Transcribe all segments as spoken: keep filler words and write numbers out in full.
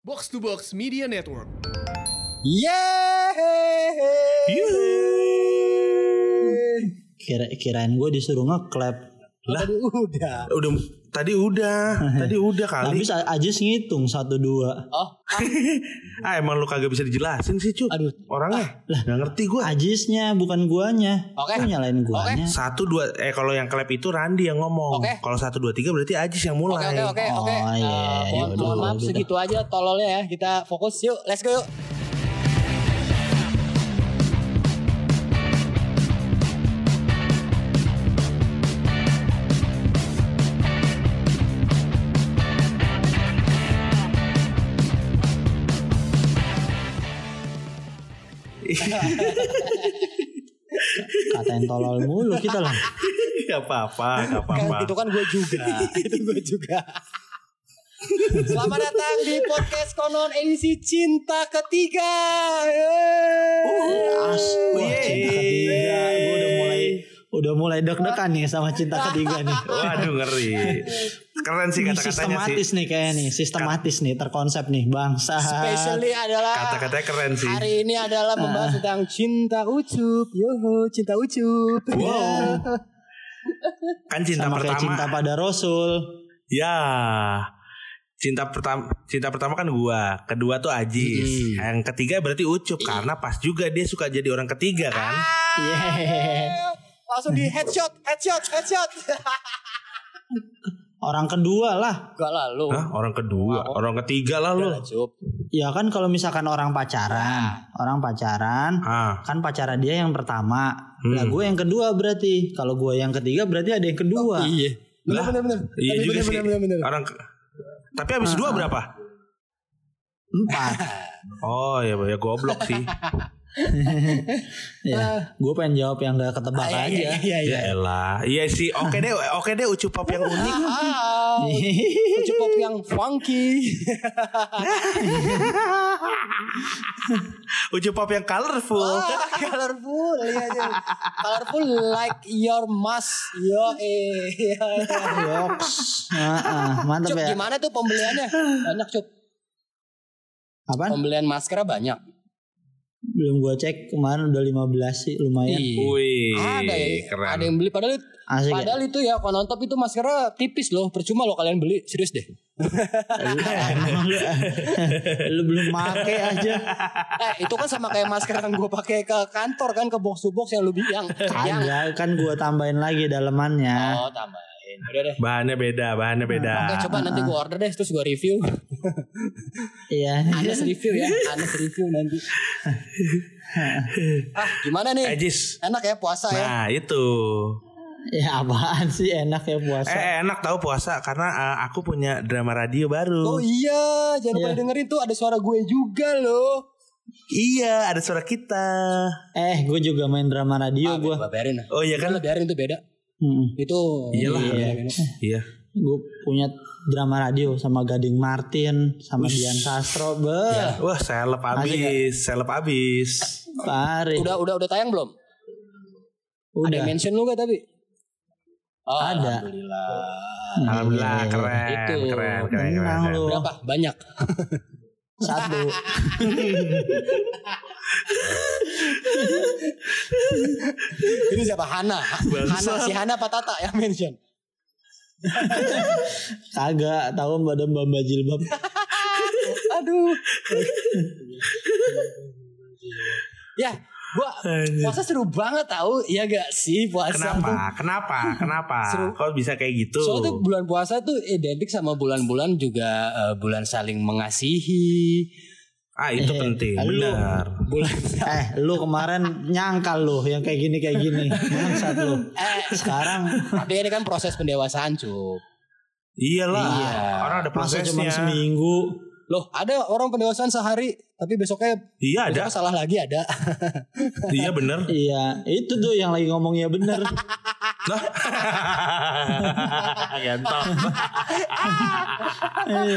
Box to Box Media Network. Yeay. Kira kirain gue disuruh nge-clap. Lah, tadi udah. Udah tadi udah. Tadi udah kali. Habis Ajis ngitung satu dua. Oh. Ah emang lu kagak bisa dijelasin sih, Cuk. Aduh. Orangnya Lah, enggak ngerti gue. Ajisnya bukan guanya. Oke. Lu nyalain guanya. Satu dua eh kalau yang klep itu Randi yang ngomong. Oke. Kalau satu dua tiga berarti Ajis yang Oke mulai. oke oke oke. Oh, iya, Eh, iya, mohon betul, mohon maaf betul. segitu aja tololnya ya. Kita fokus yuk. Let's go yuk. Katain tolol mulu kita lah. Gak apa-apa, gak Kan apa-apa. itu kan gue juga. Itu gue juga. Selamat datang di podcast Konon edisi Cinta Ketiga. Yeay. As, wah, cinta ketiga. Gue udah mulai udah mulai deg-degan nih sama cinta ketiga nih. Waduh ngeri. Keren sih Ini kata-katanya sistematis sih. nih kayaknya nih, sistematis nih, terkonsep nih, bangsa. Especially adalah Kata-katanya keren sih. hari ini adalah membahas tentang cinta ucup. Yoho, cinta ucup. Wow. Kan cinta Sama kayak pertama. cinta pada Rasul. Ya. Cinta pertama cinta pertama kan gua, kedua tuh Ajis. Hmm. Yang ketiga berarti Ucup karena pas juga dia suka jadi orang ketiga kan. Yeah. Langsung di headshot, headshot, headshot. Orang kedua lah. Gak lalu. Hah, orang kedua, Wow. orang ketiga lah lu. Cup. Ya kan kalau misalkan orang pacaran, orang pacaran, Ah, kan pacaran dia yang pertama. Hmm. Nah gue yang kedua berarti. Kalau gue yang ketiga berarti ada yang kedua. Iya. Bener Lah, bener bener. iya Tapi juga bener, sih. bener, bener, bener. Orang ke- tapi habis dua berapa? Empat. Oh ya, ya goblok sih. Ya, gue pengen jawab yang gak ketebak Ah, aja. iya, iya, iya. Ya elah. Iya sih. Oke deh, oke deh Ucup pop yang unik. Ah, ucup pop yang funky. Ucup pop yang colorful. Wah, colorful, lihat aja. Colorful like your mask. Yo eh. Yoks. Ah, ah, mantap Cup, ya. gimana tuh pembeliannya? Banyak Cup. Apaan? Pembelian maskernya banyak. Belum gue cek kemarin udah lima belas sih, lumayan. Ih, Wih, ada ya, keren. ada yang beli padahal Asik ya? padahal itu ya konontop itu maskernya tipis loh, percuma loh kalian beli, serius deh. Emang lu, lu belum make aja. Eh itu kan sama kayak masker yang gue pakai ke kantor kan, ke box to box yang lu bilang. yang Kagak, kan gue tambahin lagi dalemannya. oh tambahin, udah deh. Bahannya beda, bahannya beda. Oke coba nanti gue order deh, terus gue review. Iya. Anes review ya, Anes review nanti. Ah gimana nih? Ajis. Enak ya puasa ya? Nah itu. Ya apaan sih enak ya puasa. Eh enak tahu puasa karena uh, aku punya drama radio baru. Oh iya, jangan lupa Iya. dengerin tuh ada suara gue juga loh. Iya, ada suara kita. Eh gue juga main drama radio Ah, gue. gua biarin lah. Oh iya kan? Udah lah, biarin tuh beda. Hmm. Itu Iyalah. iya. Iya. Gue punya drama radio sama Gading Martin, sama Dian Sastro. Beh, Wah, seleb abis, seleb abis. parah. Udah udah udah tayang belum? Ada Udah. yang mention lu gak tapi? Oh, Ada. Alhamdulillah. Alhamdulillah, Iya. keren, Itu. keren, keren, keren. Menang keren. lu. Berapa? Banyak. Satu. Ini siapa? Hana. Hana si Hana apa Tata yang mention? Kagak tahu badan Mbak Jilbab. Aduh. Ya, gua puasa seru banget tahu. Iya gak sih puasa? Kenapa? Kenapa? Kenapa? Seru. Kok bisa kayak gitu? Soalnya tuh bulan puasa tuh identik sama bulan-bulan juga eh, bulan saling mengasihi. Ah, itu Eh, penting, lu- benar. Bulan Eh, lu kemarin nyangkal lu yang kayak gini kayak gini. Bangsat lu. eh Sekarang tapi ini kan proses pendewasaan, Cuk. Iyalah. Iya. Orang ada masa cuma prosesnya. seminggu. Loh, ada orang pendewasaan sehari tapi besoknya Iya ada. besoknya salah lagi ada. Iya bener. Iya, itu tuh yang lagi ngomongnya bener. Lah. Ganteng. Iya.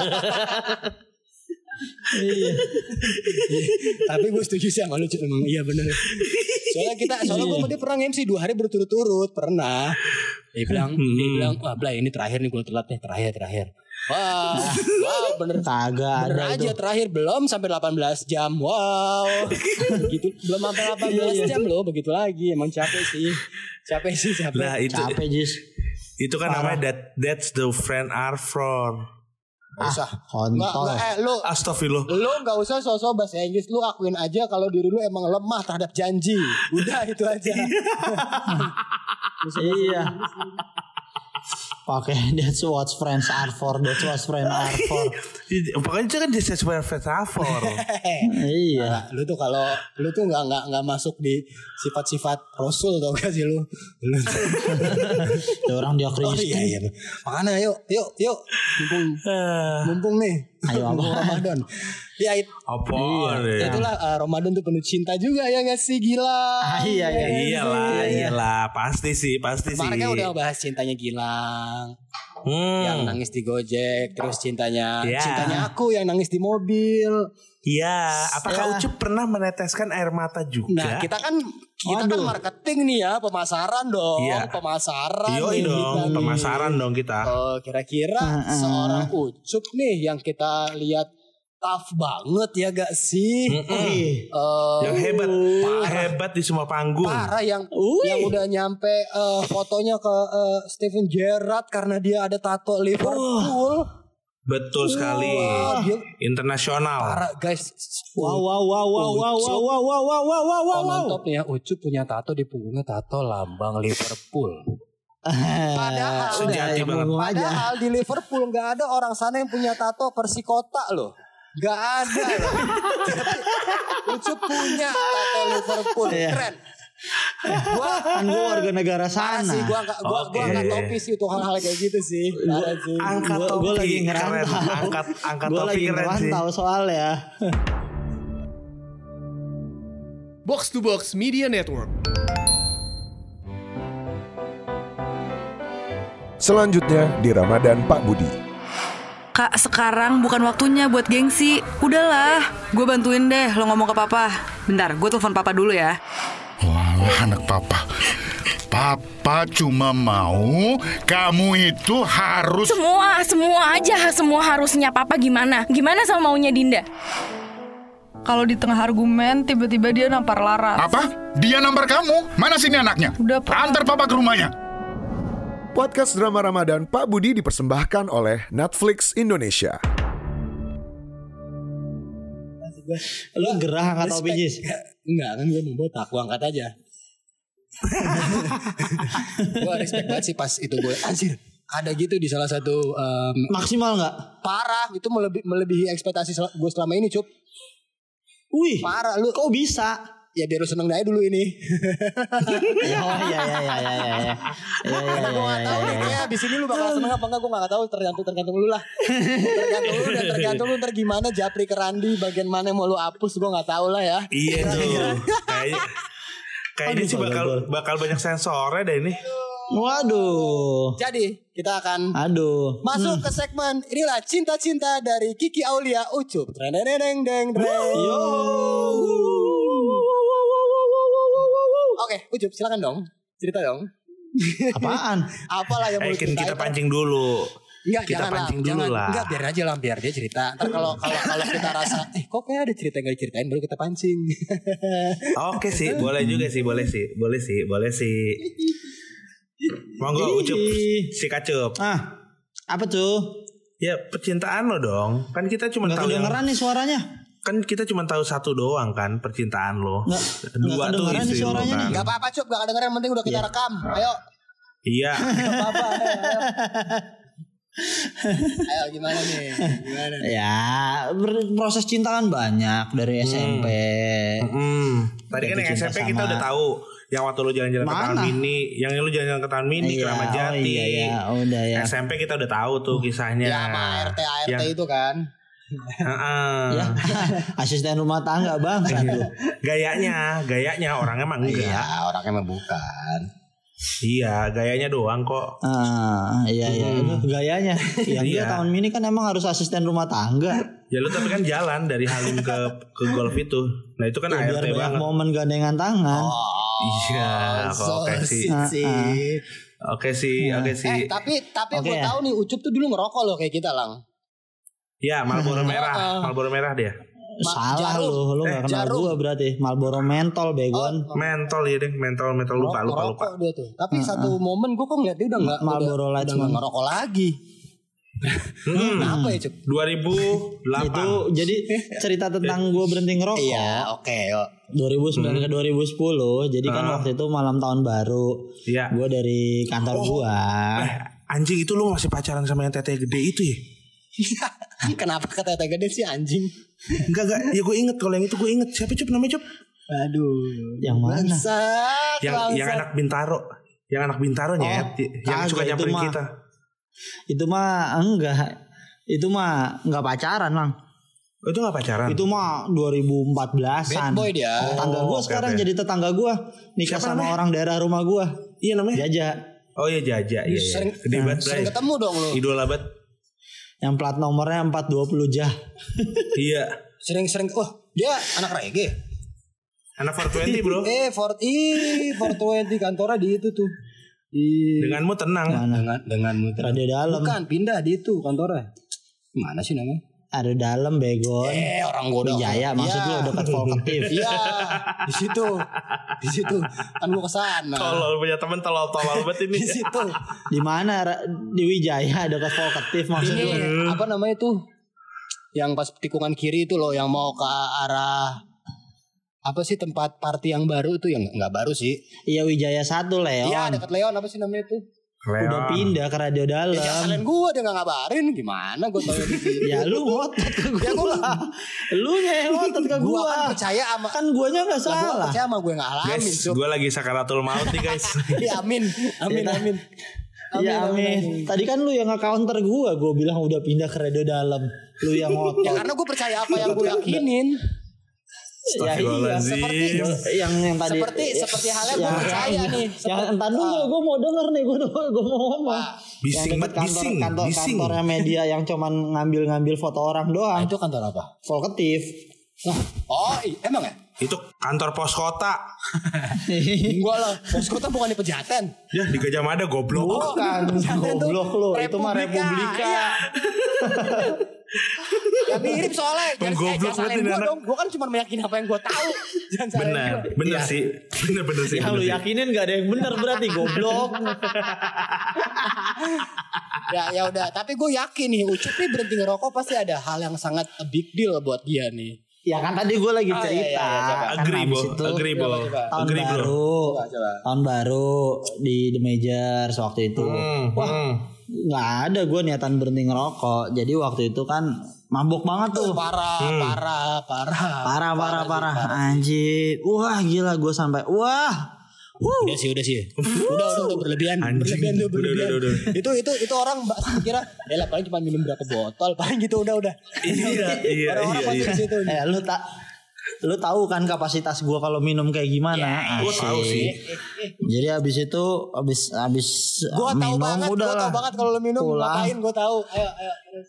Iya. Tapi gue setuju sih sama lu Cuk. Emang iya bener. Soalnya kita soalnya gue sama dia pernah nge-M C dua hari berturut-turut pernah. Dia bilang, dia bilang, wah Blay ini terakhir nih gue telat nih terakhir terakhir. Wow, wow bener. Kagak Bener ada aja itu. terakhir belum sampai delapan belas jam. Wow. Begitu belum sampai delapan belas jam loh, begitu lagi. Emang capek sih. Capek sih, capek. Lah itu Capek Jis. itu kan Parah. namanya that that's the friend are for. Gak usah. Kontol. Nggak, nggak, eh lu Astagfirullah. lu nggak usah sosok bahasa Inggris, lu akuin aja kalau diri lu emang lemah terhadap janji. Udah itu aja. Iya. Pakai that's what friends are for. That's what friends are for. Pokoknya itu kan that's what friends are for. Iya. Nah, lu tuh kalau lu tuh nggak nggak nggak masuk di sifat-sifat Rasul tau gak sih lu? Lu Ya orang dia oh Kristen. iya iya. Makanya yuk yuk yuk mumpung mumpung nih. Ayo, mumpung apa? Ramadan. Ya it, Apa? Iya. itulah uh, Ramadan tuh penuh cinta juga ya gak sih gila. Ah, iya, iya. Iyalah, Iya, iya. iyalah, pasti sih, pasti Kemarin sih. kan udah bahas cintanya Gilang, Hmm. yang nangis di Gojek, terus cintanya Ya. cintanya aku yang nangis di mobil. Iya, apakah Ya. Ucup pernah meneteskan air mata juga? Nah kita kan kita kan Waduh. marketing nih ya, pemasaran dong, Iya. pemasaran. Yoi nih dong, kita nih. pemasaran dong kita. Oh, kira-kira Uh-uh. seorang Ucup nih yang kita lihat tough banget ya gak sih? Mm-mm. Eh, Yang hebat, parah. hebat di semua panggung. Parah yang Ui. yang udah nyampe eh, fotonya ke eh, Steven Gerrard karena dia ada tato Liverpool. Betul sekali. Wah, dia Internasional. parah guys. Wow wow wow wow wow wow wow wow wow wow wow wow. Oh, mantap nih ya, Ucup punya tato di punggungnya, tato lambang Liverpool. Padahal Sejati ya, banget. ngomong aja. Padahal di Liverpool nggak ada orang sana yang punya tato Persikota loh. Gak ada loh. Ucup punya tato Liverpool. Iya. Keren. Gua kan gua warga negara Parah sana. sih, gua gak, gua, gua Oke. gak topis itu hal-hal kayak gitu sih. Parah sih. Angkat Gua- topi, gua lagi keren. ngerantau. Angkat, angkat Gua topi lagi keren sih. ngerantau soalnya. Box to Box Media Network. Selanjutnya di Ramadan Pak Budi. Kak, sekarang bukan waktunya buat gengsi. Udahlah, gue bantuin deh lo ngomong ke papa. Bentar, gue telepon papa dulu ya. Wah, anak papa. Papa cuma mau kamu itu harus... Semua, semua aja, semua harusnya papa gimana? Gimana sama maunya Dinda? Kalau di tengah argumen, tiba-tiba dia nampar Laras. Apa? Dia nampar kamu? Mana sini anaknya? Udah, Pak. Antar papa ke rumahnya. Podcast drama Ramadan Pak Budi dipersembahkan oleh Netflix Indonesia. Lu gerah angkat topi Jis. Enggak kan gue mau botak, gue angkat aja. Gue respect banget sih pas itu gue anjir. Ada gitu di salah satu um, Maksimal nggak? parah itu melebihi, melebihi ekspektasi sel- gue selama ini Cup. Wih. Parah lu. Kok bisa? Ya biar lu seneng aja dulu ini. Oh iya iya iya iya iya. Iya Karena gue gak tau nih kayak abis ini lu bakal seneng apa enggak gue gak tahu. Tergantung tergantung lu lah. Tergantung lu dan tergantung lu ntar gimana Japri ke Randi. Bagian mana yang mau lu hapus gue gak tahu lah ya. Iya tuh. Kayaknya kayaknya sih bakal bakal banyak sensornya deh ini. Waduh. Jadi kita akan Aduh. masuk ke segmen inilah cinta-cinta dari Kiki Aulia Ucup. Deng deng deng deng. Yo. Oke, Ucup silakan dong. Cerita dong. Apaan? Apalah yang mau Eh, lu kan ceritain. kita pancing dulu. Enggak, Kita jangan lah, pancing dulu jangan. lah. Enggak, biar aja lah, biar dia cerita. Ntar kalau kalau kalau kita rasa, eh kok kayak ada cerita yang gak diceritain, baru kita pancing. Oke sih, boleh juga sih, boleh sih, boleh sih, boleh sih. Monggo Ucup, si Kacup. Ah. Apa tuh? Ya percintaan lo dong. Kan kita cuma Nggak tahu yang, kedengeran nih suaranya. kan kita cuma tahu satu doang kan percintaan lo. Nggak- Dua nggak tuh kedengeran nih istri lo suaranya kan. nih. Gak apa-apa Cup, gak kedengeran, yang penting udah kita rekam. Ayo, Iya. gak apa-apa. Ayo, ayo. Ayo gimana nih? Gimana? Ya, ber- proses cinta kan banyak dari S M P. Hmm. Tadi kan Jadi yang S M cinta P kita sama- udah tahu. Yang waktu lu jalan-jalan ke Taman Mana? Mini, yang lu jalan-jalan ke Taman Mini, Iya, Keramat oh Jati. iya, iya, udah ya. S M P kita udah tahu tuh kisahnya. Ya sama A R T A R T Yang- itu kan. Heeh. Ya, asisten rumah tangga bang, lu. Gayanya, gayanya orangnya emang enggak. Iya, orangnya mah bukan. Iya, gayanya doang kok. Ah, iya iya itu gayanya. Yang dia Iya. tahun ini kan emang harus asisten rumah tangga. Ya lu tapi kan jalan dari Halim ke ke golf itu. Nah itu kan Ya, A R biar T banyak banget. momen gandengan tangan. Oh, Iya, so oke sih. sih. Oke sih, oke sih. Eh tapi tapi Oke gue ya. tahu nih Ucup tuh dulu ngerokok loh kayak kita Lang. Ya, Marlboro merah, Heeh. Marlboro merah dia. Ma- Salah jarum. lu, lu Eh, gak kenal jarum. gua berarti. Marlboro mentol begon. Mentol ya deh, mentol mentol lupa lupa lupa. Ngerokok dia tuh. Tapi satu momen gue kok ngeliat dia udah nggak Marlboro udah, Lights udah nggak Man. ngerokok lagi. Hmm. Kenapa ya Cup? dua ribu delapan. Itu jadi cerita tentang gua berhenti ngerokok. Iya, oke yuk. dua ribu sembilan ke dua ribu sepuluh. Jadi kan Ah. waktu itu malam tahun baru. Iya. Gua dari kantor gua. Eh, anjing itu lu masih pacaran sama yang tete gede itu ya? Kenapa kata tete gede sih anjing? Enggak enggak, ya gue inget kalau yang itu gue inget. Siapa Cup namanya Cup? Aduh. Yang mana? Bangsat, Yang bangsat. yang anak Bintaro. Yang anak Bintaro nyet, yang kagak, suka itu nyamperin mah. kita. Itu mah enggak. Itu mah enggak pacaran, Mang. Oh, itu gak pacaran? Itu mah dua ribu empat belasan. Bad boy dia. Tetangga gua oke, sekarang oke. jadi tetangga gua. Nikah Siapa sama namanya? orang daerah rumah gua. Iya namanya? Jaja. Oh iya Jaja, iya iya. Sering, Gede banget, sering Bray. ketemu dong lu. Idola banget. Yang plat nomornya empat dua puluh Jah. Iya. Sering-sering. Oh, dia anak reggae. Anak empat dua puluh bro. Eh, Fort I, Fort Twenty kantornya di itu tuh. Di Denganmu tenang. dengan dengan Radio dalam. Bukan, pindah di itu kantornya. Mana sih namanya? Ada dalam begon. Eh, orang gua udah. Wijaya maksud Iya. lu dekat Volkatif. Iya, di situ. Di situ. Kan gua kesana. Tolol punya temen tolol-tolol banget ini. Di situ. Di mana? Ra- Di Wijaya dekat Volkatif maksud lu. Ini apa namanya tuh? Yang pas tikungan kiri itu loh yang mau ke arah apa sih tempat party yang baru itu yang nggak baru sih? Iya Wijaya satu Leon. Iya dekat Leon apa sih namanya itu? Udah pindah ke radio dalam. Ya jangan salahin gue dia nggak ngabarin gimana gue tahu di situ. Ya lu ngotot ke Ya gua. gua Lu yang ngotot ke Gua gua. kan percaya sama Kan guanya enggak Lah, gua salah. percaya sama gue nggak alamin. Guys, Cuk. gue lagi sakaratul maut nih guys. Ya amin, amin, Ya, amin. Iya amin. Tadi kan lu yang nge-counter gua, gua bilang udah pindah ke radio dalam. Lu yang ngotot. Ya karena gue percaya apa yang gue yakinin. Ya iya. Astagfirullahaladzim. Yang yang tadi Seperti seperti halnya gue yang- percaya yang- nih. Yang Seperti- entar dulu gue mau denger nih gue gue mau ngomong. Bising Yang banget, deket bising, kantor, bising. kantornya media yang cuman ngambil-ngambil foto orang Ah, doang. itu kantor apa? Volkatif. Oh, i- emang ya? Itu kantor pos kota. Enggak lah, pos kota bukan di Pejaten. Ya di Gajah Mada goblok. Bukan Pejaten tuh goblok lu, itu mah Republika. Iya. Ya mirip soalnya. Jangan, eh, Goblok jangan salahin banget ini gue anak. dong. Gue kan cuma meyakini apa yang gue tahu. Jangan salahin Benar, gue. benar Iya. sih. Benar benar sih. Yang benar lu sih. yakinin gak ada yang benar berarti goblok. Ya ya udah, tapi gue yakin nih Ucup nih berhenti ngerokok pasti ada hal yang sangat a big deal buat dia nih. Ya kan tadi gue lagi Oh, iya, cerita. iya, iya, coba. Kan Agree, habis Bo. itu Agree, Bo. Coba, coba. tahun Agree, bro. baru, Coba, coba. tahun baru di The Majors waktu itu. Hmm, Wah, hmm. nggak ada gue niatan berhenti ngerokok. Jadi waktu itu kan mabuk banget tuh. Parah, Hmm. parah, parah. Parah, parah, sih, parah. Anjir. Wah, gila gue sampai. Wah. Wuh. Udah sih, udah sih. Udah, udah, udah berlebihan. Anjing. Berlebihan tuh, Udah, berlebihan. udah, udah, Itu, itu, itu orang mbak kira, ya lah paling cuma minum berapa botol, paling gitu udah, udah. Iya, iya, Orang-orang iya, pasti iya. di situ. Eh, lu tak lu tahu kan kapasitas gue kalau minum kayak gimana? Gue Asik. tahu sih. Jadi abis itu abis abis Gue tahu minum banget, udah gue lah. tahu banget kalau lu minum Pulang. ngapain, gue tahu. Ayo, ayo. terus.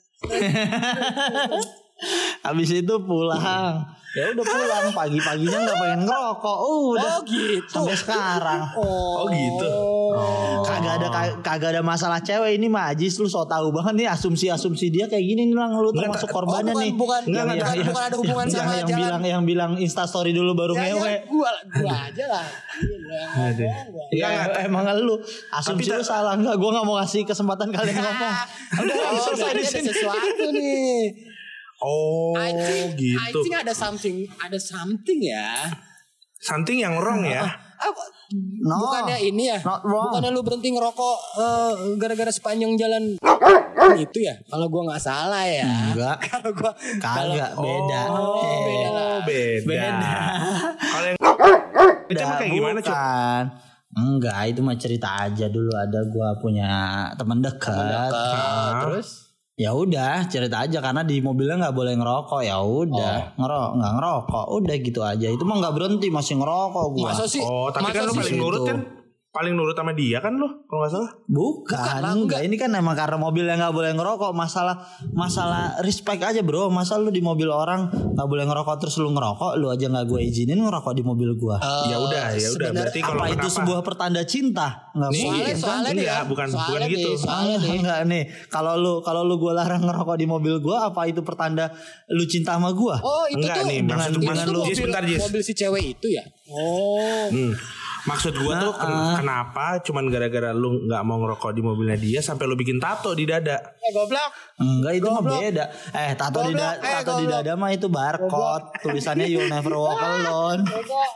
Habis itu pulang. Ya udah pulang pagi-paginya nggak pengen ngerokok. Udah Oh gitu. sampai sekarang. Oh, Oh, gitu. Kagak ada kagak ada masalah cewek ini mah Ajis lu so tahu banget nih asumsi-asumsi dia kayak gini nih lang lu termasuk korbannya oh, bukan, nih. bukan, Yang- bukan, yang- bukan, bukan ada hubungan yang- sama yang jalan. bilang yang bilang Insta story dulu baru Ya, ngewe. ya, gua, gua aja lah. Aduh. Ya, Enggak, emang lu asumsi Tapi lu tak- salah enggak gua enggak mau ngasih kesempatan kalian ngomong. Udah Oh, selesai berarti di ada sini. sesuatu nih. Oh, I think, gitu. I think ada something, ada something ya. Something yang wrong ya. Ah, No. bukannya ini ya? Not wrong. Bukannya lu berhenti ngerokok eh, gara-gara sepanjang jalan itu ya? Kalau gua nggak salah ya. Enggak. Kalau gua Kagak beda. Oh, beda lah. beda. Beda. Kalau yang itu mah kayak gimana, Cuk? Bukan. Enggak, itu mah cerita aja dulu ada gua punya teman dekat. Eh, terus Ya udah cerita aja karena di mobilnya nggak boleh ngerokok ya udah ngerok nggak ngerokok udah gitu aja itu mah nggak berhenti masih ngerokok gua. masa sih? Oh, tapi masa kan lu sih? paling nurut kan? paling nurut sama dia kan lo kalau nggak salah. Bukan, Bukan lah, enggak. Ini kan emang karena mobilnya nggak boleh ngerokok. Masalah masalah respect aja bro. Masa lu di mobil orang nggak boleh ngerokok terus lu ngerokok, lu aja nggak gue izinin ngerokok di mobil gue. Uh, Ya udah, ya udah. Berarti kalau Apa itu kenapa- sebuah pertanda cinta? Nggak Nih, mungkin Soalnya, kan? soalnya nih Enggak, ya, bukan- soalnya bukan nih, gitu. Soalnya nih. Enggak nih. Kalau lu kalau lu gue larang ngerokok di mobil gue, apa itu pertanda lu cinta sama gue? Oh itu Enggak tuh nih, dengan- maksud itu dengan tuh lu- mobil, Jis, bentar, Jis. mobil si cewek itu ya. Oh. Hmm. Maksud gua tuh ken- kenapa cuman gara-gara lu nggak mau ngerokok di mobilnya dia sampai lu bikin tato di dada. Eh goblok. Enggak, itu mah Goblok. beda. Eh tato di da- Goblok, eh, tato di goblok. dada mah itu barcode. Tulisannya you'll never walk alone.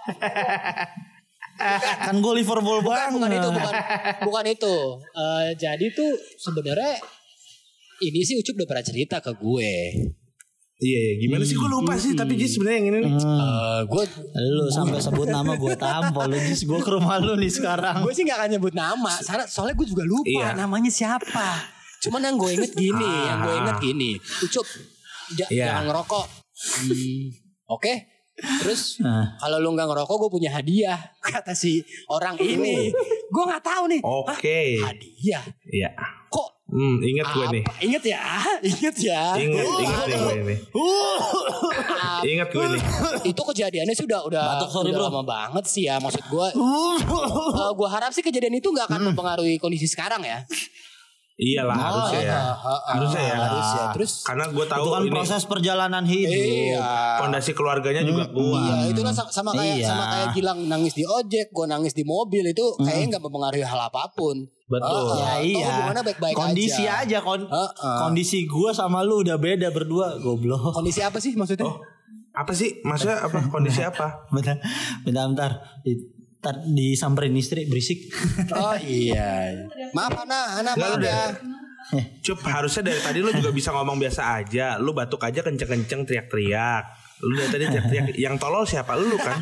Kan gue Liverpool Bukan, banget. bukan itu, bukan, bukan itu. Eh, jadi tuh sebenarnya ini sih Ucup udah pernah cerita ke gue. Iya, iya. Gimana sih gua lupa sih. Tapi Jis sebenarnya yang ini nih. Eh, gue Lu sampai sebut nama gue tampol. Lu Jis, gue ke rumah lu nih sekarang. gue sih gak akan nyebut nama. Soalnya, soalnya gue juga lupa Iya. namanya siapa. Cuman yang gue inget gini, Ah. yang gue inget gini. Ucup, ja- Iya. jangan ngerokok. Hmm, Oke. Terus Nah. kalau lu nggak ngerokok, gue punya hadiah. Kata si orang ini. Gue nggak tahu nih. Oke. Hah, hadiah. Iya. Kok? Hmm, ingat gue nih. Apa? Ingat ya, ingat ya. Ingat, ingat nih gue ini. Ah, Ingat gue nih. itu kejadiannya sih udah udah, Batuk, sorry, udah bro. lama banget sih ya. Maksud gue, uh, gue harap sih kejadian itu nggak akan mempengaruhi kondisi sekarang ya. Iyalah harusnya ya. Harusnya ya. Harus ya. Terus Karena gue tahu Itu kan ini proses perjalanan hidup. iya. fondasi keluarganya juga kuat. Iya, itu kan sama, sama kayak Iya. sama kayak Gilang nangis di ojek, gue nangis di mobil itu kayaknya nggak mempengaruhi hal apapun. Betul. Ah, Ya oh, iya. hubungannya baik-baik Kondisi aja. aja, kon- Heeh. kondisi gue sama lu udah beda berdua, goblok. Kondisi apa sih maksudnya? Oh, apa sih? Maksudnya apa? Kondisi apa? Bentar, bentar, bentar. Di- Ntar disamperin istri berisik. Oh iya. Maaf Ana, Ana Nggak, maaf udah. ya. Cup, harusnya dari tadi lu juga bisa ngomong biasa aja. Lu batuk aja kenceng-kenceng teriak-teriak. Lu dari tadi teriak-teriak. Yang tolol siapa? Lu kan?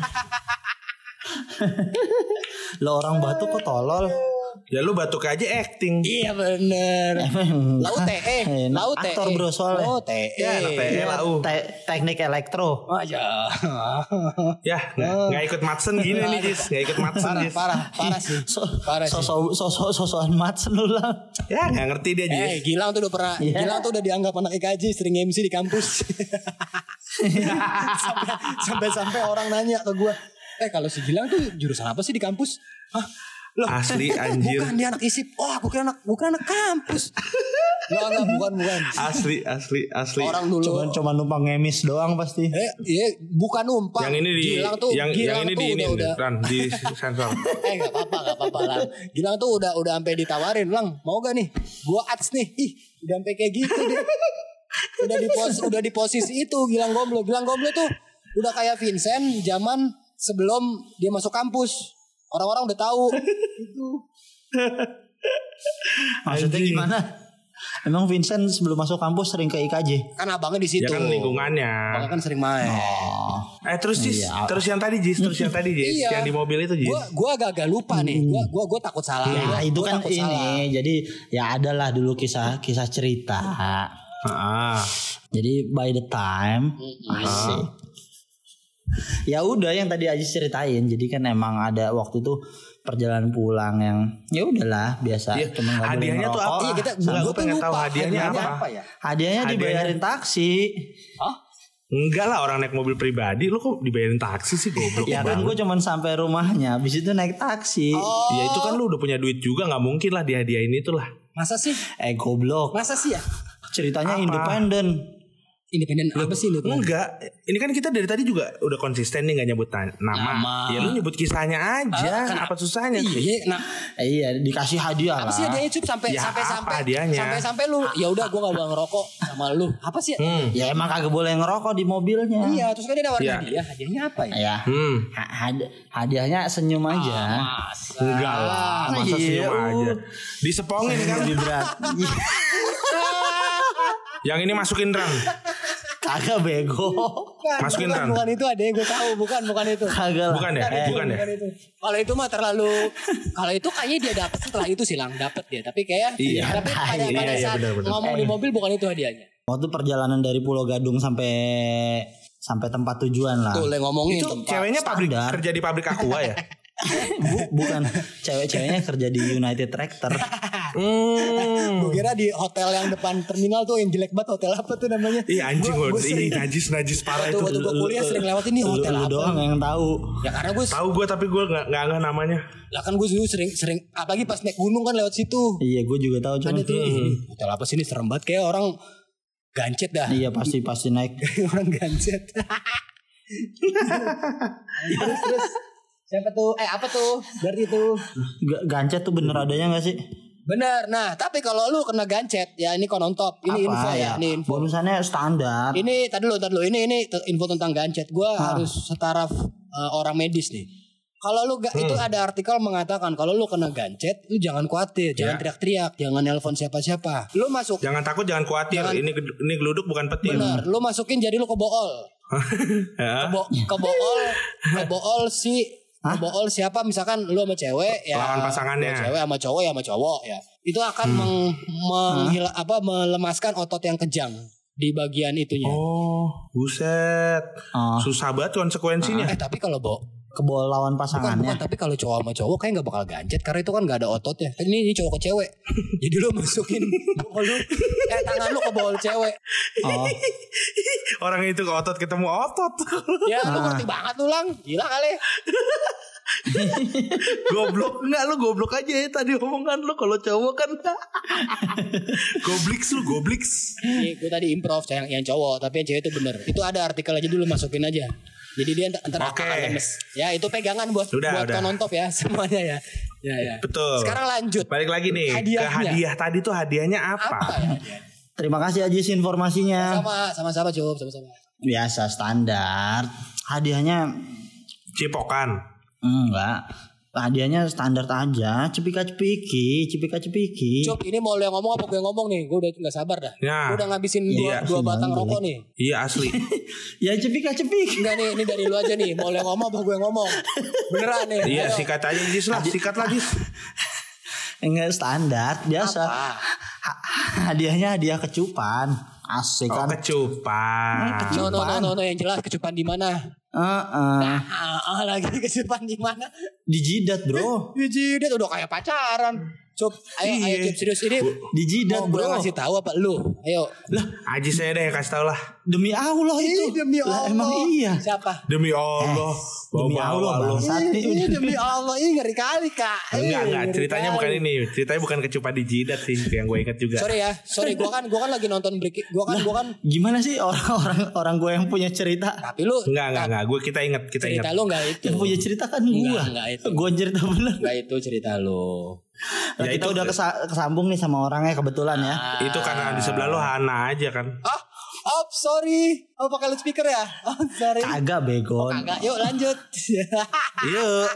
Lo orang batuk kok tolol. Ya lu batuk aja acting. Iya bener. Lau T E, Lau T E. Aktor bro soalnya. Oh T E. Ya, anak T E lah. Uh. Te- teknik elektro. Oh ya. Ya, nggak nggak ikut Madsen gini nih, Jis. Nggak ikut Madsen, Parah, Jis. parah, parah sih. So, Parah sih. sosok sosok sosokan Madsen lu lah. Ya, nggak ngerti dia, Eh, Jis. Gilang tuh udah pernah, Iya. Gilang tuh udah dianggap anak I K J, sering M C di kampus. sampai, sampai sampai orang nanya ke gue, eh kalau si Gilang tuh jurusan apa sih di kampus? Hah? Loh, Asli, anjir. Bukan dia anak isip. Wah, gue kira anak, bukan anak kampus. Enggak, enggak, bukan, bukan. Asli, asli, asli. Orang dulu. Cuman cuma numpang ngemis doang pasti. Eh, iya, bukan numpang. Yang ini di Gilang tuh, yang Gilang yang ini tuh di ini udah, udah, Ran, di sensor. eh nggak apa-apa, nggak apa-apa lah. Gilang tuh udah udah sampai ditawarin, Lang, mau gak nih? Gua ads nih. Ih, udah sampai kayak gitu deh. Udah di pos, udah di posisi itu Gilang Gomblo. Gilang Gomblo tuh udah kayak Vincent zaman sebelum dia masuk kampus. Orang-orang udah tahu. Itu. Maksudnya gimana? Emang Vincent sebelum masuk kampus sering ke I K J? Kan abangnya di situ. Ya kan lingkungannya. Abangnya kan sering main. Eh terus Jis, Iya. terus yang tadi Jis, terus yang tadi Jis, Iya. yang di mobil itu Jis. Gua gua agak-agak lupa nih. Gua gua gua takut salah. Ya Gua- itu gua kan takut ini. salah. Jadi ya adalah dulu kisah kisah cerita. Ah. Jadi by the time asik. Ya udah yang tadi Aziz ceritain. Jadi kan emang ada waktu itu perjalanan pulang yang ya udahlah biasa. Iya, Cuma nggak boleh hadiahnya tuh ngerokok. apa? Iya, kita Enggak, gua gua tuh pengen lupa. tahu hadiahnya apa. ya? Hadiahnya Hadiahnya- dibayarin taksi. Enggak lah, orang naik mobil pribadi lu kok dibayarin taksi sih, goblok. Ya kan gue cuman sampai rumahnya. Habis itu naik taksi. Ya itu kan lu udah punya duit juga, nggak mungkin lah dihadiahin itu lah. Masa sih? Eh goblok. Masa sih ya? Ceritanya Apa? independen. Independen apa sih lu? Enggak, ini kan kita dari tadi juga udah konsisten nih nggak nyebut ta- nama. Nama. Ya lu nyebut kisahnya aja, Ah, apa susahnya? Iya, nah Eh, iya dikasih hadiah apa lah. sih hadiahnya Cup sampai Ya, sampai apa sampai hadiahnya? sampai sampai lu ya udah gua gak boleh ngerokok sama lu. Apa sih? Hmm. Ya emang kagak boleh ngerokok di mobilnya. Iya, terus kan dia nawarin Iya. hadiah. Hadiahnya apa ya? Ya. Hmm. Ha- had- hadiahnya senyum aja. Masa. Enggak lah, masa Iya, senyum uh. aja. Disepongin kan. Lebih berat. Yang ini masukin Ran. Kagak bego. Bukan, Masukin, bukan, Ran. bukan itu adanya gue tahu, bukan bukan itu. Kagak lah. Bukan ya? Eh, Bukan ya? Bukan itu. Kalau itu mah terlalu kalau itu kayaknya dia dapat setelah itu silang dapat dia, tapi kayak Iya. tapi pada, Iya, pada iya, saat benar, benar. ngomong di mobil bukan itu hadiahnya. Waktu perjalanan dari Pulau Gadung sampai sampai tempat tujuan lah. Tuh, yang ngomongin Itu tempat. ceweknya pabrik standar. kerja di pabrik Aqua ya? Bu- bukan cewek-ceweknya kerja di United Tractor. Hmm. Gue kira di hotel yang depan terminal tuh yang jelek banget, hotel apa tuh namanya? Iya anjing Gua- gue gua sering- Ih najis najis parah itu. Waktu gue kuliah sering lewat ini Lu, hotel lu apa? doang yang tahu. Ya karena gue Tahu gue tapi gue nggak nggak nggak namanya. lah kan gue dulu sering sering apalagi pas naik gunung kan lewat situ. Iya, gue juga tahu cuma. Ada tuh ih, hotel apa sih ini serem banget kayak orang gancet dah. Iya pasti pasti naik. Orang gancet. terus terus siapa tuh? Eh apa tuh? Berarti itu. Ga- Gancet tuh bener adanya nggak sih? Bener. Nah, tapi kalau lu kena gancet, ya ini konon top. Ini Apa info ya, ini info. Bonusannya standar. Ini tadi dulu, tadi dulu. Ini ini te- info tentang gancet. Gua Ah. harus setara uh, orang medis nih. Kalau lu ga, itu ada artikel mengatakan kalau lu kena gancet, lu jangan khawatir, jangan Ya. teriak-teriak, jangan nelpon siapa-siapa. Lu masuk Jangan takut jangan khawatir. Jangan- Ini ini geluduk bukan petir. bener, lu masukin jadi lu kebool. Ya. Kebo, kebool, kebool si kebool siapa misalkan lu sama cewek ya Lawan pasangannya. lu cewek sama cowok ya sama cowok ya itu akan meng, menghila, apa melemaskan otot yang kejang di bagian itunya. Oh, buset. Oh. Susah banget konsekuensinya. Eh tapi kalau bo Kebol lawan bukan, pasangannya. bukan tapi kalau cowok sama cowok kayak nggak bakal gancet karena itu kan nggak ada ototnya. Kan ini, ini cowok ke cewek. Jadi lu masukin bol lu eh tangan lu ke bol cewek. Oh. Orang itu ke otot ketemu otot. Ya lu ngerti banget lu lang. Gila kali. Goblok enggak lu goblok aja ya tadi omongan lu kalau cowok kan. Gobliks lu gobliks. Ini gue tadi improv yang yang cowok tapi yang cewek itu bener. Itu ada artikel aja dulu masukin aja. Jadi dia antar antara Oke. akal lemes. Ya itu pegangan buat Udah, buat udah. konon top ya semuanya ya. Ya ya. Betul. Sekarang lanjut. Balik lagi nih ke Hadiahnya. hadiah tadi tuh hadiahnya apa? Apa ya? hadiah? Terima kasih Ajis informasinya. Sama sama-sama cukup sama-sama. Biasa standar. Hadiahnya Cipokan. enggak. Hadiahnya standar aja, cepika-cepiki, cepika-cepiki. Cup ini mau lu yang ngomong apa gue yang ngomong nih? Gue udah gak sabar dah. Ya. Gue udah ngabisin Iya. dua, dua batang Gimana, rokok boleh? nih. Iya asli. Ya cepika-cepiki. Enggak nih, ini dari lu aja nih. Mau lu yang ngomong apa gue yang ngomong? Beneran nih. Iya Ayo. sikat aja Jis lah, sikat lah Jis. Enggak standar, biasa. Apa? Ha- hadiahnya hadiah kecupan. Asik Oh kan. kecupan. No no no no no yang jelas kecupan di mana? Heeh. Ah, ah, lagi kecupan di mana? Di jidat, Bro. Ya jidat udah kayak pacaran. Cup, ayo ayo Iya. Cup serius ini. Di jidat, Mau gue Bro. ngasih tahu apa lu? Ayo. Lah, Aji saya deh kasih tau lah. demi Allah itu. Ih, demi Lah, Allah. emang iya. Siapa? Demi Allah. Demi Allah, Bawa-bawa lu. bangsat nih. Ih, demi Allah, ih ngeri kali kak. Ih, Enggak enggak ngeri ceritanya kali. bukan ini. Ceritanya bukan kecupan di jidat sih yang gue ingat juga. Sorry ya, sorry gue kan gue kan lagi nonton break, gue kan gue kan. Gimana sih orang-orang orang gue yang punya cerita? Tapi lu Enggak enggak enggak. Gue kita ingat kita cerita ingat. lu nggak itu. Yang punya cerita kan Enggak, gue. enggak itu. Gue cerita bener. Nggak itu cerita lu. Nah, Ya, kita itu- udah kesa- kesambung nih sama orangnya kebetulan ya. Itu karena di sebelah lu Hana aja kan. Ah, oh sorry. Oh pakai loudspeaker ya? Oh sorry. Kagak bego. Kagak, yuk lanjut. Yuk.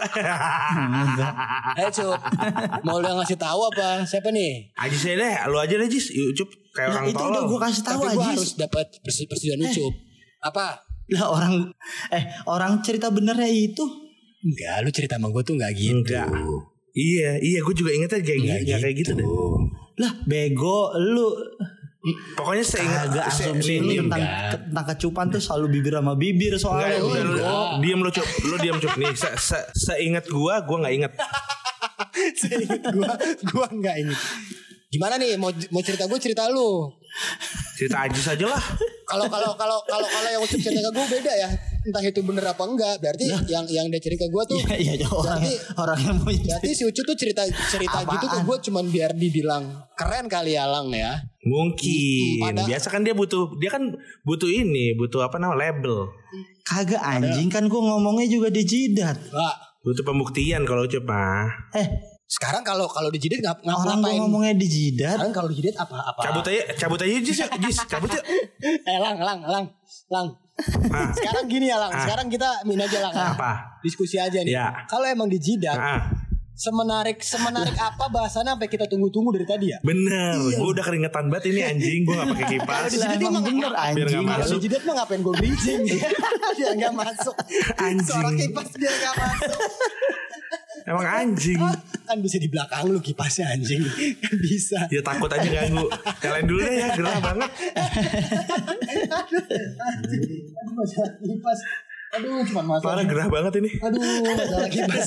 Ayo Cup, mau lu yang ngasih tahu apa? Siapa nih? Aji saya deh, lu aja deh Jis. Yuk Cup kayak Nah, orang itu tolol. udah gue kasih tahu Tapi gue aja. harus dapat perse- persetujuan lu Cup. Apa? Lah orang eh orang cerita benernya itu Enggak, lu cerita sama gue tuh enggak gitu. Enggak. Iya, iya gue juga ingetnya kayak Enggak gitu, kayak gitu deh. lah bego lu Pokoknya seingat agak se- asumsi nih, lu nih, tentang tentang kecupan tuh selalu bibir sama bibir Enggak, soalnya. udah, lu, enggak. diam lu Cup. Lu diam Cup nih. Se, se, seingat gua, gua enggak inget. Seinget gue, gue enggak inget. Gimana nih? Mau mau cerita gue cerita lu. Cerita Aji saja lah. Kalau kalau kalau kalau kalau yang ucup cerita ke gue beda ya. Entah itu bener apa enggak. Berarti yang yang dia cerita ke gue tuh. Iya iya orang Berarti- orang yang punya Berarti si Ucup tuh cerita cerita Apaan? gitu ke gue cuman biar dibilang keren kali ya Lang ya. Mungkin. Hmm, pada- Biasa kan dia butuh, dia kan butuh ini, butuh apa namanya label. kagak anjing kan gue ngomongnya juga di jidat. Pak, Butuh pembuktian kalau Cup mah. Eh sekarang kalau kalau di jidat ngap ngap orang gue ngapain? ngomongnya di jidat. Sekarang kalau di jidat apa apa? Cabut aja, cabut aja Jis, yuk, Jis, cabut yuk. Eh Lang, Lang, Lang, Lang. Ah. Sekarang gini ya Lang. Ah. Sekarang kita min aja Lang. Apa? Diskusi aja nih. Ya. Kalau emang di jidat, Ah, semenarik semenarik apa bahasannya sampai kita tunggu-tunggu dari tadi ya? bener, gue udah keringetan banget ini anjing, gue gak pakai kipas. Di jidat emang emang bener Biar anjing. nggak Kalau masuk. di jidat mah ngapain gue bridging? Biar nggak masuk. Anjing. Suara kipas biar nggak masuk. Emang anjing. Kan bisa di belakang lu kipasnya anjing. Kan bisa. Ya takut aja ganggu. Kalian dulu deh ya, gerah banget. Aduh, masalah kipas. Aduh, cuma masalah. Parah gerah banget ini. Aduh, masalah kibas.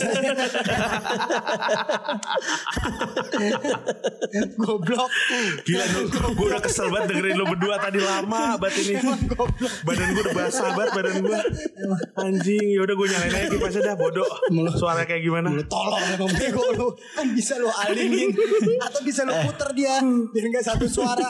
Goblok. Gila lu, gue udah kesel banget dengerin lu berdua tadi lama banget ini. Badan gue udah basah banget badan gue. Anjing, ya udah gue nyalain aja kipasnya dah bodoh. Suara kayak gimana? Lu tolong emang bego lu. Kan bisa lu alingin atau bisa lu puter dia biar enggak satu suara.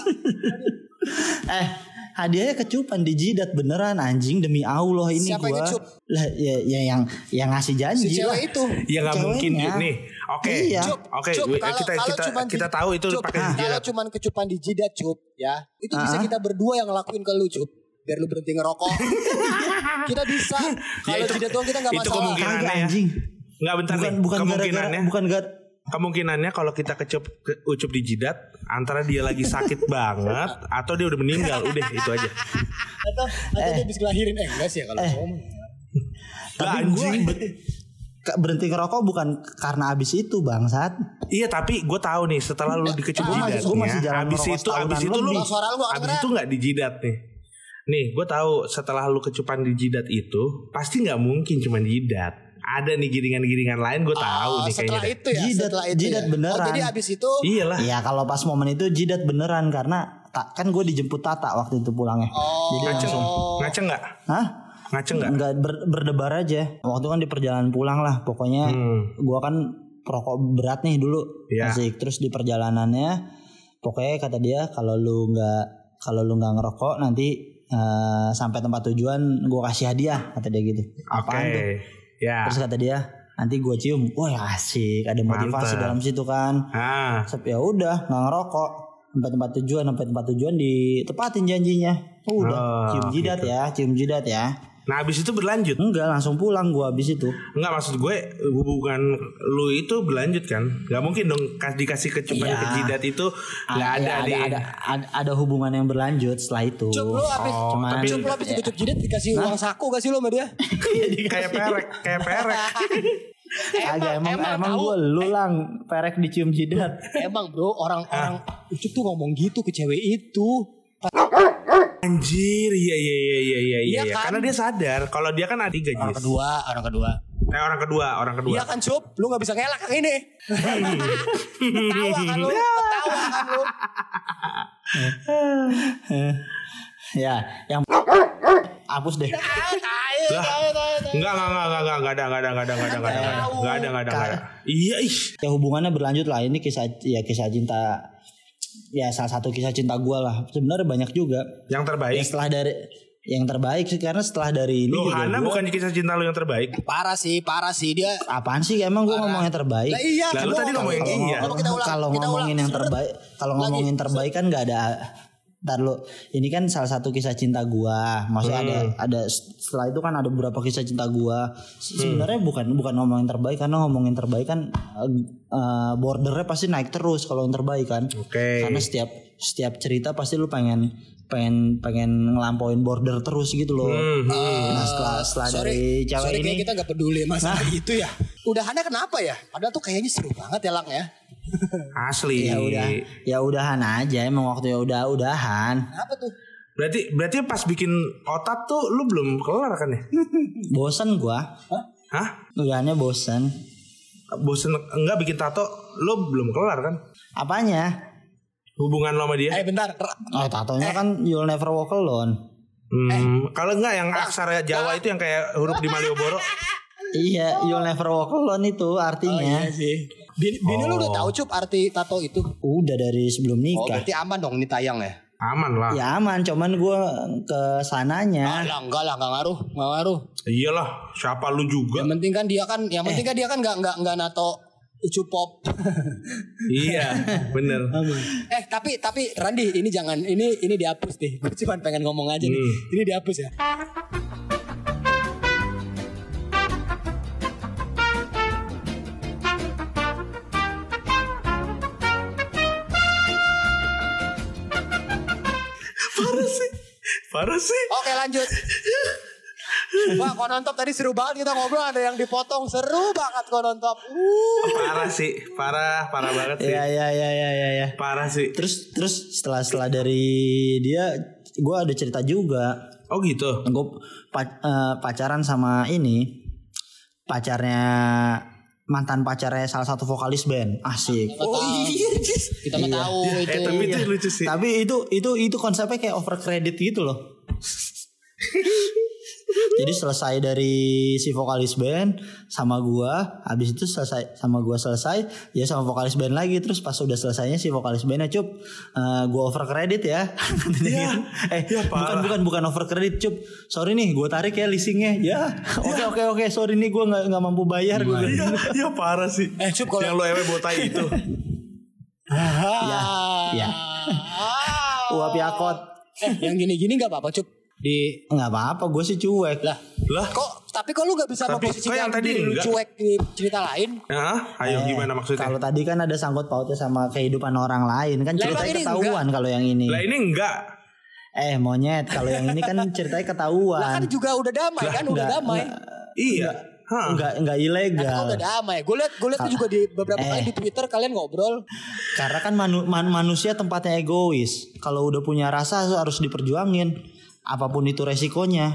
Eh, hadiahnya kecupan di jidat beneran anjing demi Allah ini Siapa gua. yang ngecup? Lah ya, ya yang yang ngasih janji Si lah. cewek itu. Ya nggak mungkin Ceweknya. nih. Oke, Iya. Cup, oke. Cup, we- kalau- kita kalau kita cuman kita di- tahu itu Cup, pakai kalau jidat. cuman kecupan di jidat Cup ya, itu bisa Ah. kita berdua yang ngelakuin ke lu Cup. Biar lu berhenti ngerokok. Kita bisa. Kalau itu- jidat doang kita nggak itu masalah. kemungkinan. Kagak ya. anjing. Nggak bentar Bukan nih. bukan Kemungkinannya. gara-gara bukan gara Kemungkinannya kalau kita kecup ke, ucup di jidat antara dia lagi sakit banget atau dia udah meninggal, udah itu aja. Atau atau dia habis ngelahirin eh enggak sih ya kalau cowok mah. tapi Lah, gue anjing. berhenti ngerokok bukan karena abis itu bangsat. Iya tapi gue tahu nih setelah lu dikecup Gua masih- jidatnya, gua masih jarang abis ngerokok itu setahunan abis itu lu lebih. Suara lu nggak abis kedengeran. itu nggak di jidat nih. Nih gue tahu setelah lu kecupan di jidat itu pasti nggak mungkin cuma jidat. Ada nih giringan-giringan lain gue tahu Oh, nih setelah kayaknya. itu ya, Jidat- setelah itu jidat ya. beneran. Oh, jadi abis itu Iyalah. Ya kalau pas momen itu jidat beneran karena tak, kan gue dijemput Tata waktu itu pulangnya. Oh. Jadi Ngaceng, langsung. ngaceng nggak? Hah? Ngaceng nggak? Enggak ber, berdebar aja. Waktu kan di perjalanan pulang lah. Pokoknya Hmm. gua kan perokok berat nih dulu. Iya. Asik. Terus di perjalanannya pokoknya kata dia kalau lu nggak kalau lu nggak ngerokok nanti eh, sampai tempat tujuan gua kasih hadiah kata dia gitu. Oke. Apaan tuh? Ya. Terus kata dia nanti gua cium. Wah asik. Ada motivasi Mantap. dalam situ kan. Ah. Sep, ya udah nggak ngerokok. Sampai tempat tujuan sampai tempat tujuan ditepatin janjinya. Udah Oh, cium jidat gitu. ya, cium jidat ya. Nah abis itu berlanjut. Enggak langsung pulang gua abis itu. Enggak maksud gue hubungan lu itu berlanjut kan? Gak mungkin dong kas- dikasih kecupan Iya. ke jidat itu nggak ada, ada, ada, nih. ada, ada, ada hubungan yang berlanjut setelah itu. Cup lu abis Oh, cuman- tapi Cup lu abis dikecup jidat dikasih uang saku gak sih lu sama dia? kayak perek, kayak perek. Agak emang emang, emang tahu. gue lu lang perek dicium jidat. Emang bro orang-orang Ucup tuh ngomong gitu ke cewek itu. Anjir, iya iya iya iya iya Iya iya. kan? Karena dia sadar kalau dia kan ada tiga Orang Jis. kedua, orang kedua. Eh, orang kedua, orang kedua. Iya kan Cup, lu gak bisa ngelak yang ini. Ketawa kan lu, ketawa kan lu. Ya, yang hapus deh. Lah, enggak enggak enggak enggak enggak enggak ada enggak ada enggak ada enggak ada enggak ada enggak ada enggak ada enggak ada. Iya ih. Ya hubungannya berlanjut lah. Ini kisah ya kisah cinta. Ya salah satu kisah cinta gue lah. Sebenarnya banyak juga. Yang terbaik. Ya setelah dari yang terbaik sih karena setelah dari ini Lu juga Hana gua- bukan kisah cinta lu yang terbaik. Parah sih, parah sih dia. apaan sih emang gue ngomong yang terbaik. Lah iya, Lah, lu coba tadi ngomong yang Kalau iya. Coba kita ulang, kalau kita ngomongin ulang. yang terbaik, kalau Lagi. ngomongin terbaik kan nggak ada. Ntar lu, ini kan salah satu kisah cinta gua. Maksudnya ada Hmm. ada setelah itu kan ada beberapa kisah cinta gua. Se- Sebenarnya bukan bukan ngomongin terbaik karena ngomongin terbaik kan eh, eh, bordernya pasti naik terus kalau yang terbaik kan. Oke. Karena setiap setiap cerita pasti lu pengen pengen pengen ngelampauin border terus gitu loh. Hmm, hmm. Nah setelah setelah Sorry, dari cewek sorry ini kayak kita gak peduli masalah itu ya. Udahannya kenapa ya? Padahal tuh kayaknya seru banget ya Lang ya. Asli. ya udah ya udahan aja emang waktu ya udah udahan. Apa tuh? Berarti berarti pas bikin otat tuh lu belum kelar kan ya? Bosen gua. Hah? Udahannya bosen. Bosen enggak bikin tato lu belum kelar kan? Apanya? Hubungan lo sama dia? Eh bentar. Oh tatonya kan You'll Never Walk Alone. Hmm, kalau enggak yang aksara Jawa itu yang kayak huruf di Malioboro. Iya You'll Never Walk Alone itu Oh artinya. iya sih. Bini, bini lu udah tahu Cup arti tato itu? Udah dari sebelum Oh nikah. berarti aman dong ini tayang ya? Aman lah. Ya aman cuman gue ke sananya. Alah enggak lah enggak ngaruh, enggak ngaruh. Iyalah, siapa lu juga? Yang penting kan dia kan, yang penting kan dia kan enggak enggak enggak nato Ucup pop. Iya, bener. eh tapi tapi Randi ini jangan ini ini dihapus deh. Gue cuma pengen ngomong aja nih. Hmm. Ini dihapus ya. Parah sih. Parah sih. Oke lanjut. Wah Konontop tadi seru banget kita ngobrol, ada yang dipotong, seru banget Konontop. Uh. Parah sih. Parah, parah banget sih. Iya iya iya iya iya. Ya. Parah sih. Terus terus setelah setelah dari dia gue ada cerita juga. Oh gitu. Gue pa- uh, pacaran sama ini pacarnya mantan pacarnya salah satu vokalis band. Asik. Oh iya. Kita mah tahu itu. Eh tapi itu lucu sih. Tapi itu itu itu konsepnya kayak over credit gitu loh. Jadi selesai dari si vokalis band sama gua, habis itu selesai sama gua selesai, ya sama vokalis band lagi, terus pas udah selesainya si vokalis bandnya Cup, uh, gua over credit ya. Ya, eh ya, bukan bukan bukan over credit Cup. Sorry nih, gua tarik ya leasingnya. Ya, oke oke oke, sorry nih gua nggak nggak mampu bayar gua. Iya, ya parah sih. Eh Cup, kalau yang lo ewe botai itu. Ya, ya. Uap Yakot. Eh, yang gini-gini enggak apa-apa, Cup. Di nggak apa-apa, gue sih cuek lah. Lah, kok tapi kok lu nggak bisa Tapi, memposisikan kok yang tadi diri lu enggak? cuek di cerita lain? Hah? Ayo Eh, gimana maksudnya? Kalau tadi kan ada sangkut pautnya sama kehidupan orang lain kan Lah, ceritanya emang ini ketahuan kalau yang ini. Lah ini enggak. Eh monyet, kalau yang ini kan ceritanya ketahuan. Lah kan juga udah damai kan, udah Enggak, damai. Iya. Hah. Enggak enggak Kan ilegal. udah damai. Gue liat gue liat tuh juga di beberapa Eh. kali di Twitter kalian ngobrol. Karena kan manu- man- manusia tempatnya egois. Kalau udah punya rasa harus diperjuangin. Apapun itu resikonya.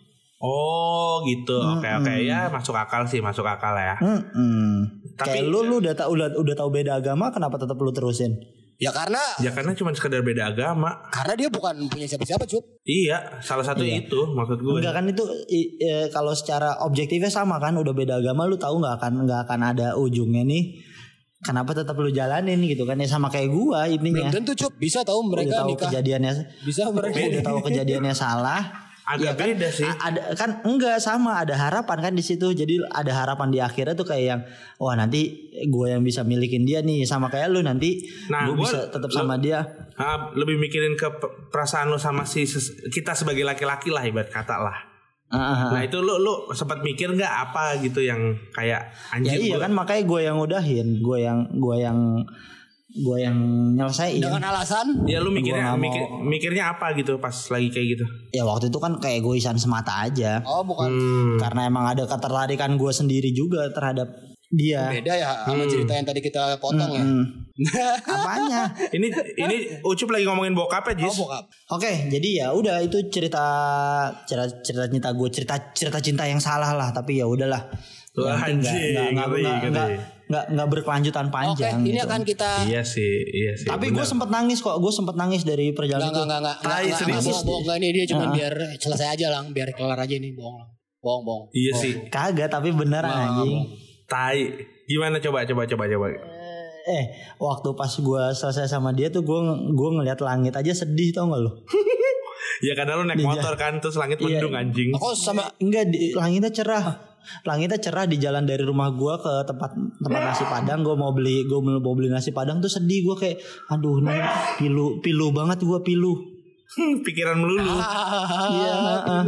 Oh gitu. Oke oke ya masuk akal sih, masuk akal ya. Mm-mm. Tapi- Kayak lu lu udah tau udah udah tahu beda agama, kenapa tetap lu terusin? Ya karena Ya karena cuma sekedar beda agama. karena dia bukan punya siapa-siapa, Cup. Iya, salah satu itu maksud gue. Enggak kan itu i- e, kalau secara objektifnya sama kan, udah beda agama lu tahu nggak akan nggak akan ada ujungnya nih. Kenapa tetap lu jalanin gitu kan, ya sama kayak gua intinya. Belum tentu, Cup. Bisa tahu Udah mereka tahu nikah. kejadiannya, Bisa mereka udah tahu kejadiannya salah. Agak kan, beda sih. a- Ada kan enggak sama, ada harapan kan di situ. Jadi ada harapan di akhirnya tuh kayak yang wah nanti gue yang bisa milikin dia nih, sama kayak lu nanti Nah, gue gua- bisa tetap lu- sama dia. Ah, lebih mikirin ke pe- perasaan lo sama si ses- kita sebagai laki-laki lah ibarat kata lah. Ah, ah, ah. Nah itu lu lu sempat mikir nggak apa gitu yang kayak Ya anjir iya gua- kan makanya gue yang udahin, gue yang gue yang gue yang nyelesain. dengan alasan Ya lu mikirnya Gua nggak mikir, mau. mikirnya apa gitu pas lagi kayak gitu. Ya waktu itu kan kayak egoisan semata aja. oh bukan Hmm. Karena emang ada ketertarikan gue sendiri juga terhadap dia. beda ya sama cerita yang tadi kita potong ya. Hmm. Apanya? Ini ini Ucup lagi ngomongin bokap ya, Jis. Oh, bokap. Oke, jadi ya udah itu cerita cerita cerita cinta gue, cerita cerita cinta yang salah lah, tapi ya udahlah. Wah, Yang penting nggak- anjing, nggak- nggak- ngeri, nggak- ngeri. nggak- nggak nggak berkelanjutan Oke, panjang. ini gitu. akan kita Iya sih, iya sih. Tapi gue benar. sempet nangis kok, gue sempet nangis dari perjalanan Enggak, itu. enggak, enggak, enggak, Tai, enggak, enggak, serius. bohong, bohong, enggak, ini dia cuma Ah. biar selesai aja lang, biar kelar aja ini, bohong lang. Bohong, bohong. Iya Bohong. sih. Kagak, tapi beneran Nggak, nggak, anjing. Tai. Gimana coba coba coba coba. Eh, waktu pas gue selesai sama dia tuh gue gue ngeliat langit aja sedih, tau gak lo? Ya karena lu naik Di- motor kan terus langit Iya. mendung anjing. Kok sama Enggak, di, langitnya cerah. Langitnya cerah di jalan dari rumah gue ke tempat tempat nasi padang. Gue mau beli gue mau beli nasi padang tuh sedih gue kayak, aduh nih pilu pilu banget gue pilu. Pikiran melulu. Iya, heeh.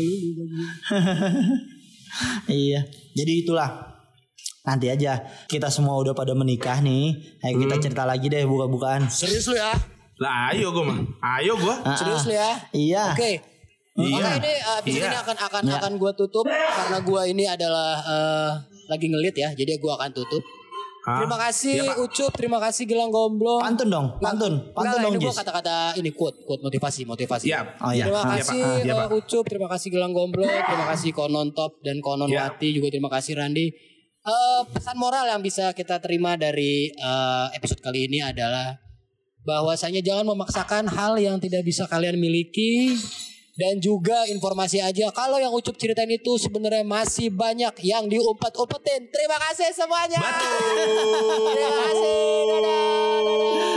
Iya, jadi itulah. Nanti aja kita semua udah pada menikah nih. Ayo kita Hmm. cerita lagi deh buka-bukaan. serius lu ya? Lah ayo gue mah. Ayo gue. Ah, Serius ah. lu ya? Iya. Oke. Iya. Oke, ini uh, episode Iya. ini akan akan Iya. akan gua tutup karena gua ini adalah uh, lagi ngelit ya. Jadi gua akan tutup. Hah? Terima kasih Iya, Pak. Ucup, terima kasih Gilang Gomblong. Pantun dong, pantun, pantun Enggak, dong, ini gua Jis. kata-kata ini quote, quote motivasi, motivasi. Iya. Oh, iya. Terima Ah, kasih Iya, Pak. Iya, uh, Pak. Ucup, terima kasih Gilang Gomblong, terima kasih Konon Top dan Konon Iya. Wati juga terima kasih Randi. Eh, pesan moral yang bisa kita terima dari eh, episode kali ini adalah bahwasanya jangan memaksakan hal yang tidak bisa kalian miliki. Dan juga informasi aja kalau yang Ucup ceritain itu sebenarnya masih banyak yang diumpet-umpetin. Terima kasih semuanya. Betul. Terima kasih. Dadah. Dadah.